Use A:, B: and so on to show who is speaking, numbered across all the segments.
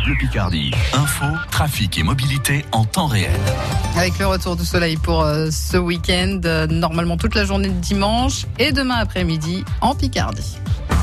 A: Bleu Picardie. Info, trafic et mobilité en temps réel.
B: Avec le retour du soleil pour ce week-end, normalement toute la journée de dimanche et demain après-midi en Picardie.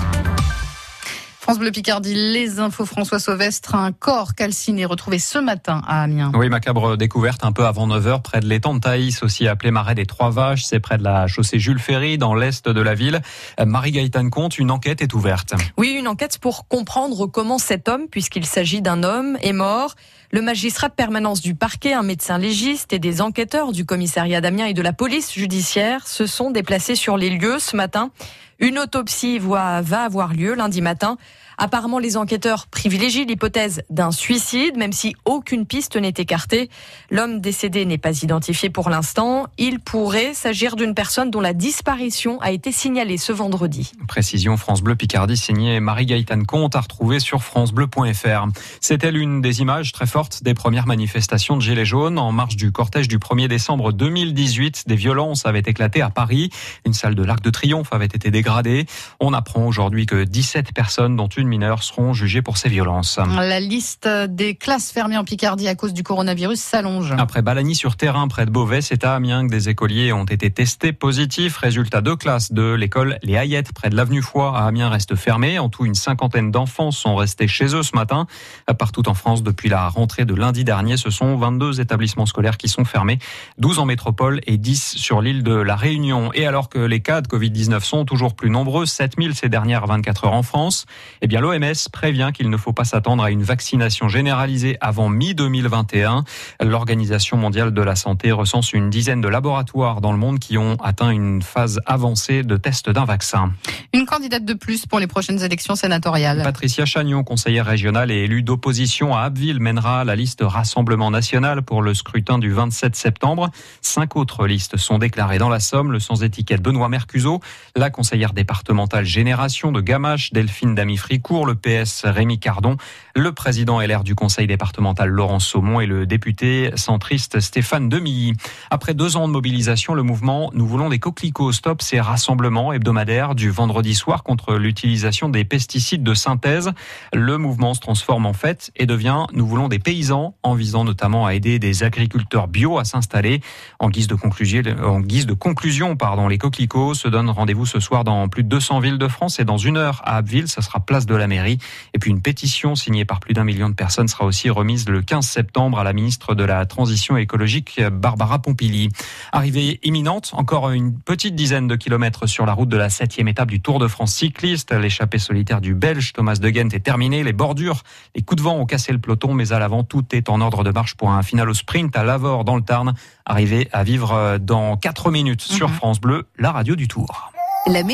B: France Bleu Picardie, les infos François Sauvestre, un corps calciné retrouvé ce matin à Amiens.
C: Oui, macabre découverte un peu avant 9h près de l'étang de Thaïs, aussi appelé Marais des Trois Vaches. C'est près de la chaussée Jules Ferry, dans l'est de la ville. Marie-Gaëtane Comte, une enquête est ouverte.
D: Oui, une enquête pour comprendre comment cet homme, puisqu'il s'agit d'un homme, est mort. Le magistrat de permanence du parquet, un médecin légiste et des enquêteurs du commissariat d'Amiens et de la police judiciaire se sont déplacés sur les lieux ce matin. Une autopsie va avoir lieu lundi matin. Apparemment, les enquêteurs privilégient l'hypothèse d'un suicide, même si aucune piste n'est écartée. L'homme décédé n'est pas identifié pour l'instant. Il pourrait s'agir d'une personne dont la disparition a été signalée ce vendredi.
C: Précision France Bleu Picardie, signée Marie-Gaëtane Comte, à retrouver sur francebleu.fr. C'était l'une des images très fortes des premières manifestations de Gilets jaunes. En marge du cortège du 1er décembre 2018, des violences avaient éclaté à Paris. Une salle de l'Arc de Triomphe avait été dégradée. On apprend aujourd'hui que 17 personnes, dont une mineure, seront jugées pour ces violences.
B: La liste des classes fermées en Picardie à cause du coronavirus s'allonge.
C: Après Balagny-sur-Terrain, près de Beauvais, c'est à Amiens que des écoliers ont été testés positifs. Résultat de classe de l'école Les Hayettes, près de l'avenue Foix, à Amiens, reste fermée. En tout, une cinquantaine d'enfants sont restés chez eux ce matin. Partout en France, depuis la rentrée de lundi dernier, ce sont 22 établissements scolaires qui sont fermés, 12 en métropole et 10 sur l'île de la Réunion. Et alors que les cas de Covid-19 sont toujours plus nombreux, 7000 ces dernières 24 heures en France, eh bien l'OMS prévient qu'il ne faut pas s'attendre à une vaccination généralisée avant mi-2021. L'Organisation mondiale de la santé recense une dizaine de laboratoires dans le monde qui ont atteint une phase avancée de test d'un vaccin.
B: Une candidate de plus pour les prochaines élections sénatoriales.
C: Patricia Chagnon, conseillère régionale et élue d'opposition à Abbeville, mènera la liste Rassemblement National pour le scrutin du 27 septembre. 5 autres listes sont déclarées dans la Somme. Le sans-étiquette Benoît Mercuzot, la conseillère départementale Génération de Gamache, Delphine Damy-Fricourt, le PS Rémi Cardon, le président LR du conseil départemental Laurent Saumon et le député centriste Stéphane Demilly. Après 2 ans de mobilisation, le mouvement Nous voulons des coquelicots stoppe ses rassemblements hebdomadaires du vendredi soir contre l'utilisation des pesticides de synthèse. Le mouvement se transforme en fête et devient Nous voulons des paysans, en visant notamment à aider des agriculteurs bio à s'installer. En guise de conclusion, les coquelicots se donnent rendez-vous ce soir dans plus de 200 villes de France et dans 1 heure à Abbeville, ça sera place de la mairie. Et puis une pétition signée par plus d'1 million de personnes sera aussi remise le 15 septembre à la ministre de la Transition écologique, Barbara Pompili. Arrivée imminente, encore une petite dizaine de kilomètres sur la route de la 7e étape du Tour de France cycliste. L'échappée solitaire du Belge Thomas de Gendt est terminée. Les bordures, les coups de vent ont cassé le peloton, mais à l'avant, tout est en ordre de marche pour un final au sprint à Lavore dans le Tarn. Arrivé à vivre dans 4 minutes sur France Bleu, la radio du Tour.